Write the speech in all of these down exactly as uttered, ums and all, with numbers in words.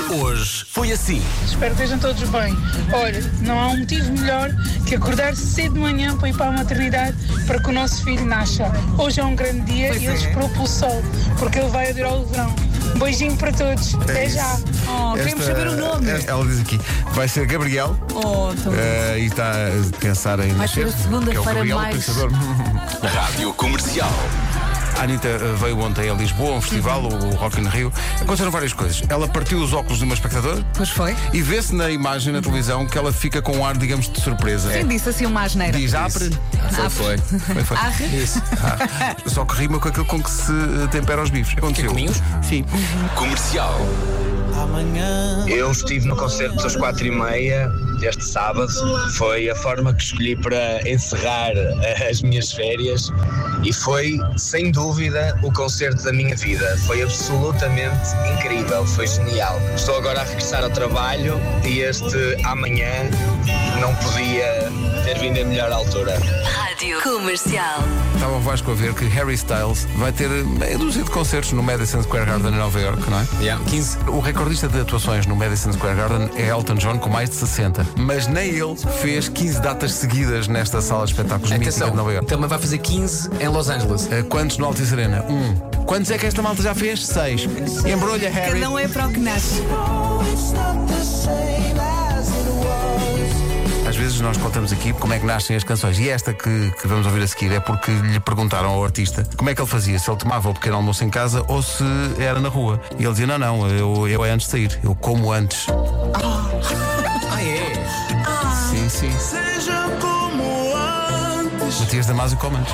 Hoje foi assim. Espero que estejam todos bem. Olha, não há um motivo melhor que acordar cedo de manhã para ir para a maternidade para que o nosso filho nasça. Hoje é um grande dia Pois e é. eu espero pelo sol, porque ele vai adorar o verão. Um beijinho para todos. Até já. Oh, queremos saber o nome. esta- Ela diz aqui, vai ser Gabriel. Oh, tão eh, e está a pensar em Vai ser a nascer, segunda-feira que é o Gabriel, mais- o pensador. Rádio Comercial. A Anitta eh, veio ontem a Lisboa, um festival, o Rock in Rio. Aconteceram várias coisas. Ela partiu os óculos de uma espectadora Pois foi. e vê-se na imagem na televisão que ela fica com um ar, digamos, de surpresa. Quem disse assim uma asneira? Diz, abre. Ah, Foi, foi. Foi, foi. Arre. Isso. Ah, só que rima com aquilo com que se eh, tempera os bifes. Aconteceu. cominhos? Sim. Comercial. Eu estive no concerto das quatro e meia este sábado. Foi a forma que escolhi para encerrar eh, as minhas férias e foi, sem dúvida, o concerto da minha vida. Foi absolutamente incrível, foi genial. Estou agora a regressar ao trabalho e este amanhã não podia ter vindo em melhor altura. Rádio Comercial. Estava o Vasco a ver que Harry Styles vai ter meia dúzia de concertos no Madison Square Garden em Nova York, não é? Yeah, quinze. O recordista de atuações no Madison Square Garden é Elton John, com mais de sessenta. Mas nem ele fez quinze datas seguidas nesta sala de espetáculos mítica Atenção, de Nova York. também vai fazer quinze em Los Angeles. Uh, Quantos no Altice Arena? Um. Quantos é que esta malta já fez? Seis. Embrulha, Harry. Cada um é para o que nasce. Às vezes nós contamos aqui como é que nascem as canções. E esta que, que vamos ouvir a seguir é porque lhe perguntaram ao artista como é que ele fazia, se ele tomava o pequeno almoço em casa ou se era na rua. E ele dizia, não, não, eu, eu é antes de sair, eu como antes. Ah, é? Sim, sim. Matias Damasio come antes.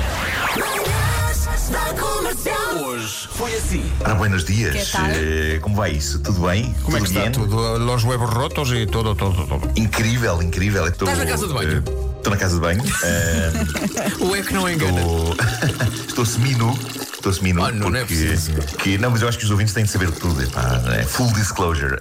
Hoje foi assim. Ora, buenos dias. Que tal? Eh, como vai isso? Tudo bem? Como é que Tudo está bien? tudo? Los huevos rotos e todo, todo, todo. Incrível, incrível. Estou, Estás na casa de banho? eh, Estou na casa de banho. Eh, O é que não engana. Estou, estou semi-nu. Estou semi-nu. Oh, não, não é porque- preciso. que, não, mas eu acho que os ouvintes têm de saber tudo. Epá, é full disclosure.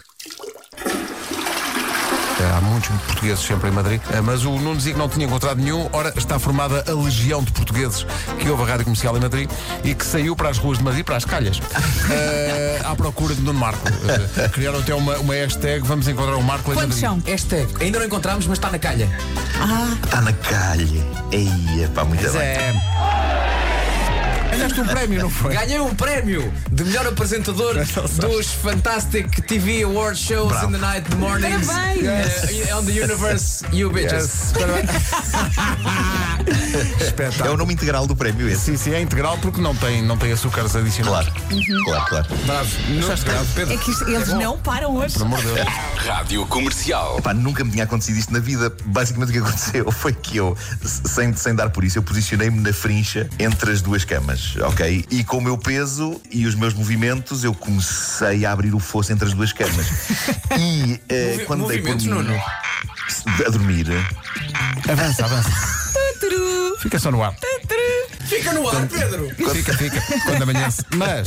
Há muitos portugueses sempre em Madrid, eh, mas o Nuno dizia que não tinha encontrado nenhum. Ora, está formada a legião de portugueses que ouve a rádio comercial em Madrid e que saiu para as ruas de Madrid, para as calhas, eh, à procura de Nuno Marco. Eh, criaram até uma, uma hashtag, vamos encontrar o Marco em Quantos Madrid. são? Hashtag, ainda não encontramos, mas está na calha. Está na calha. Ei, epá, muito Mas bem. é. Ganhaste um prémio, não foi? Ganhei um prémio de melhor apresentador dos Fantastic T V Award Shows Bravo. in the Night, the Mornings, Parabéns. uh, on the Universe, You Bitches. É Espetáculo. o nome integral do prémio esse. Sim, sim, é integral porque não tem, não tem açúcares adicionais. Claro, claro, claro. Bravo. Estás grave, Pedro? É que isto- eles não param hoje. Pelo amor de Deus. Rádio Comercial. Pá, nunca me tinha acontecido isto na vida. Basicamente o que aconteceu foi que eu, sem, sem dar por isso, eu posicionei-me na frincha entre as duas camas, ok? E com o meu peso e os meus movimentos, eu comecei a abrir o fosso entre as duas camas. E eh, Movi- quando dei por movimentos, mim Nuno? a dormir, Avança, avança. Tuturu, Fica só no ar. tuturu. Fica no ar, Pedro. Fica, fica. Quando amanhece. Mas.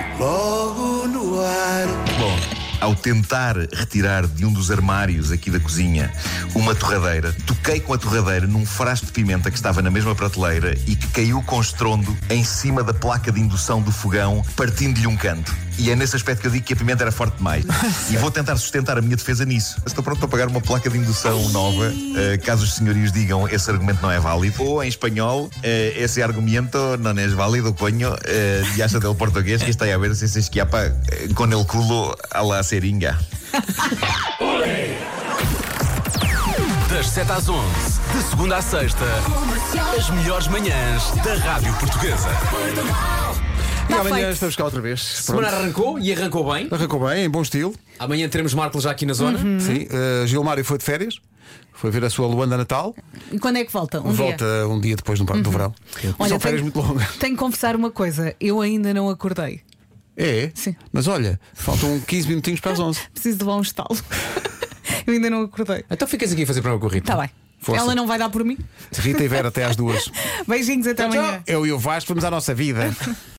bom, ao tentar retirar de um dos armários aqui da cozinha uma torradeira, toquei com a torradeira num frasco de pimenta que estava na mesma prateleira e que caiu com estrondo em cima da placa de indução do fogão, partindo-lhe um canto. E é nesse aspecto que eu digo que a pimenta era forte demais. E vou tentar sustentar a minha defesa nisso. Estou pronto para pagar uma placa de indução nova, eh, caso os senhorios digam esse argumento não é válido. Ou, em espanhol, eh, esse argumento não é válido, coño, eh, ya se del portugués que está a ver se se esquiapa eh, con el culo a la seringa. Das sete às onze, de segunda à sexta, as melhores manhãs da Rádio Portuguesa. E amanhã feito. estamos cá outra vez. Semana Pronto. arrancou e arrancou bem. Arrancou bem, em bom estilo. Amanhã teremos Marco já aqui na zona. Sim. Uh, Gilmário foi de férias. Foi ver a sua Luanda Natal. E quando é que volta? Um Volta dia. um dia depois do, do verão. Olha, São férias tenho- muito longas. Tenho que confessar uma coisa. Eu ainda não acordei. É? Sim. Mas olha, faltam quinze minutinhos para as onze. Preciso de levar um estalo. Eu ainda não acordei. Então ficas aqui a fazer para o corrido. Está bem. Força. Ela não vai dar por mim? Rita e Vera até às duas. Beijinhos, até Tchau, tchau. amanhã. Eu e o Vasco vamos à nossa vida.